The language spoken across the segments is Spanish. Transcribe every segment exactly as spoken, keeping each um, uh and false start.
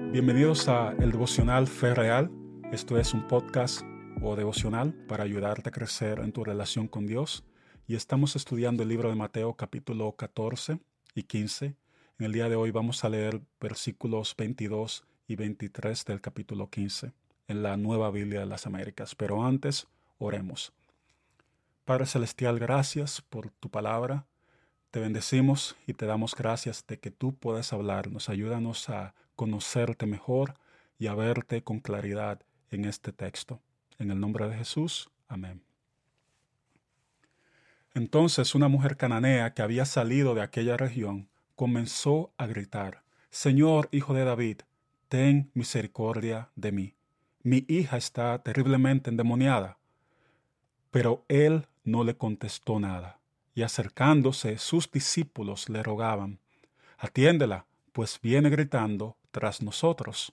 Bienvenidos a El Devocional Fe Real. Esto es un podcast o devocional para ayudarte a crecer en tu relación con Dios. Y estamos estudiando el libro de Mateo capítulo catorce y quince. En el día de hoy vamos a leer versículos veintidós y veintitrés del capítulo quince en la Nueva Biblia de las Américas. Pero antes, oremos. Padre Celestial, gracias por tu palabra. Te bendecimos y te damos gracias de que tú puedes hablarnos. Ayúdanos a conocerte mejor y a verte con claridad en este texto. En el nombre de Jesús, amén. Entonces una mujer cananea que había salido de aquella región comenzó a gritar: Señor, hijo de David, ten misericordia de mí. Mi hija está terriblemente endemoniada. Pero él no le contestó nada. Y acercándose, sus discípulos le rogaban: Atiéndela, pues viene gritando tras nosotros.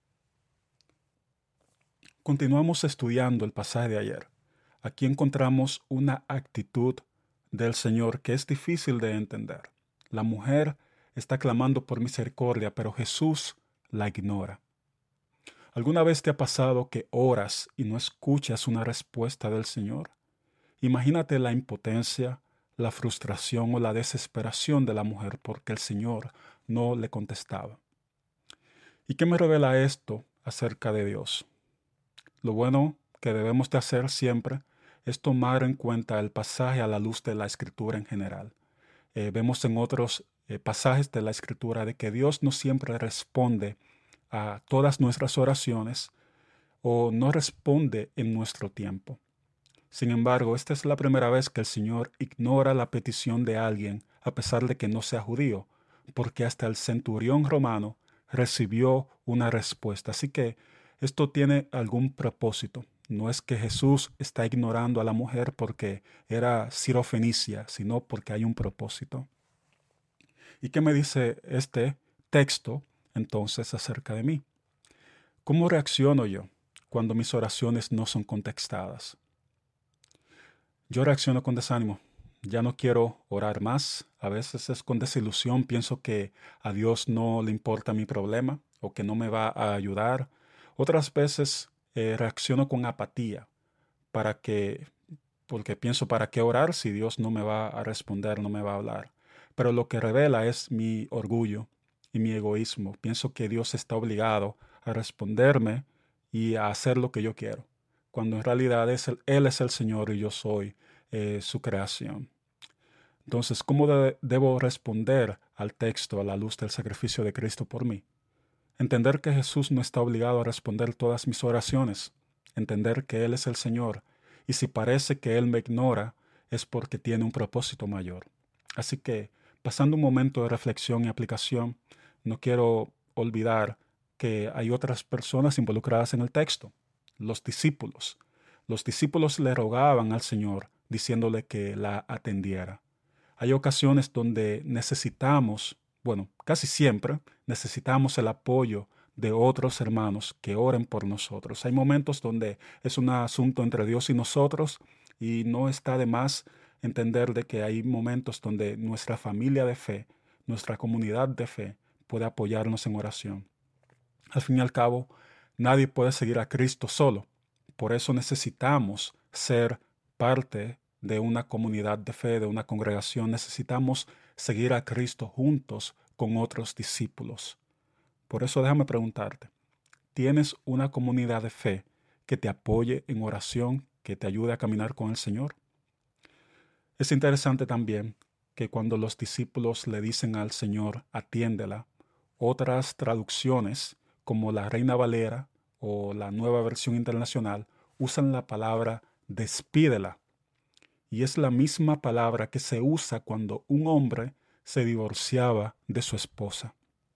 Continuamos estudiando el pasaje de ayer. Aquí encontramos una actitud del Señor que es difícil de entender. La mujer está clamando por misericordia, pero Jesús la ignora. ¿Alguna vez te ha pasado que oras y no escuchas una respuesta del Señor? Imagínate la impotencia, la frustración o la desesperación de la mujer porque el Señor no le contestaba. ¿Y qué me revela esto acerca de Dios? Lo bueno que debemos de hacer siempre es tomar en cuenta el pasaje a la luz de la Escritura en general. Eh, vemos en otros eh, pasajes de la Escritura de que Dios no siempre responde a todas nuestras oraciones o no responde en nuestro tiempo. Sin embargo, esta es la primera vez que el Señor ignora la petición de alguien a pesar de que no sea judío, porque hasta el centurión romano recibió una respuesta. Así que esto tiene algún propósito. No es que Jesús está ignorando a la mujer porque era sirofenicia, sino porque hay un propósito. ¿Y qué me dice este texto entonces acerca de mí? ¿Cómo reacciono yo cuando mis oraciones no son contestadas? Yo reacciono con desánimo. Ya no quiero orar más. A veces es con desilusión. Pienso que a Dios no le importa mi problema o que no me va a ayudar. Otras veces eh, reacciono con apatía para que, porque pienso, ¿para qué orar si Dios no me va a responder, no me va a hablar? Pero lo que revela es mi orgullo y mi egoísmo. Pienso que Dios está obligado a responderme y a hacer lo que yo quiero, cuando en realidad es el, Él es el Señor y yo soy eh, su creación. Entonces, ¿cómo de, debo responder al texto a la luz del sacrificio de Cristo por mí? Entender que Jesús no está obligado a responder todas mis oraciones. Entender que Él es el Señor. Y si parece que Él me ignora, es porque tiene un propósito mayor. Así que, pasando un momento de reflexión y aplicación, no quiero olvidar que hay otras personas involucradas en el texto. Los discípulos. Los discípulos le rogaban al Señor diciéndole que la atendiera. Hay ocasiones donde necesitamos, bueno, casi siempre necesitamos el apoyo de otros hermanos que oren por nosotros. Hay momentos donde es un asunto entre Dios y nosotros y no está de más entender de que hay momentos donde nuestra familia de fe, nuestra comunidad de fe puede apoyarnos en oración. Al fin y al cabo, nadie puede seguir a Cristo solo. Por eso necesitamos ser parte de una comunidad de fe, de una congregación. Necesitamos seguir a Cristo juntos con otros discípulos. Por eso déjame preguntarte, ¿tienes una comunidad de fe que te apoye en oración, que te ayude a caminar con el Señor? Es interesante también que cuando los discípulos le dicen al Señor, atiéndela, otras traducciones como la Reina Valera o la Nueva Versión Internacional, usan la palabra despídela. Y es la misma palabra que se usa cuando un hombre se divorciaba de su esposa.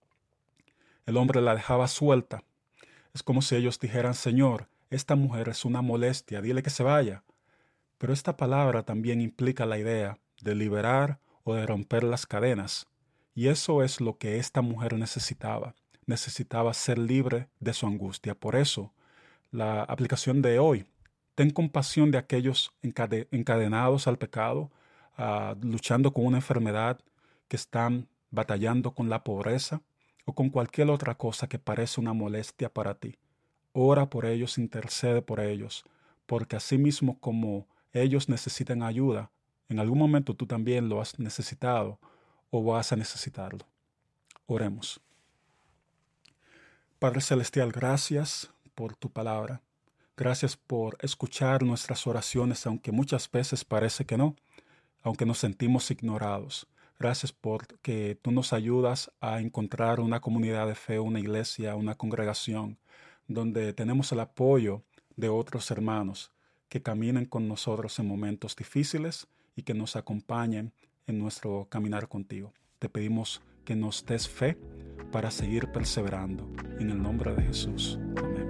El hombre la dejaba suelta. Es como si ellos dijeran, Señor, esta mujer es una molestia, dile que se vaya. Pero esta palabra también implica la idea de liberar o de romper las cadenas. Y eso es lo que esta mujer necesitaba. Necesitaba ser libre de su angustia. Por eso, la aplicación de hoy, ten compasión de aquellos encade- encadenados al pecado, uh, luchando con una enfermedad, que están batallando con la pobreza, o con cualquier otra cosa que parece una molestia para ti. Ora por ellos, intercede por ellos, porque así mismo como ellos necesitan ayuda, en algún momento tú también lo has necesitado o vas a necesitarlo. Oremos. Padre Celestial, gracias por tu palabra. Gracias por escuchar nuestras oraciones, aunque muchas veces parece que no, aunque nos sentimos ignorados. Gracias porque tú nos ayudas a encontrar una comunidad de fe, una iglesia, una congregación, donde tenemos el apoyo de otros hermanos que caminen con nosotros en momentos difíciles y que nos acompañen en nuestro caminar contigo. Te pedimos que nos des fe para seguir perseverando. En el nombre de Jesús. Amén.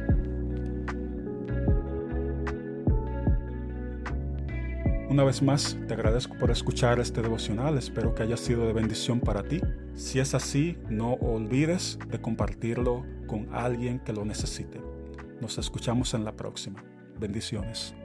Una vez más, te agradezco por escuchar este devocional. Espero que haya sido de bendición para ti. Si es así, no olvides de compartirlo con alguien que lo necesite. Nos escuchamos en la próxima. Bendiciones.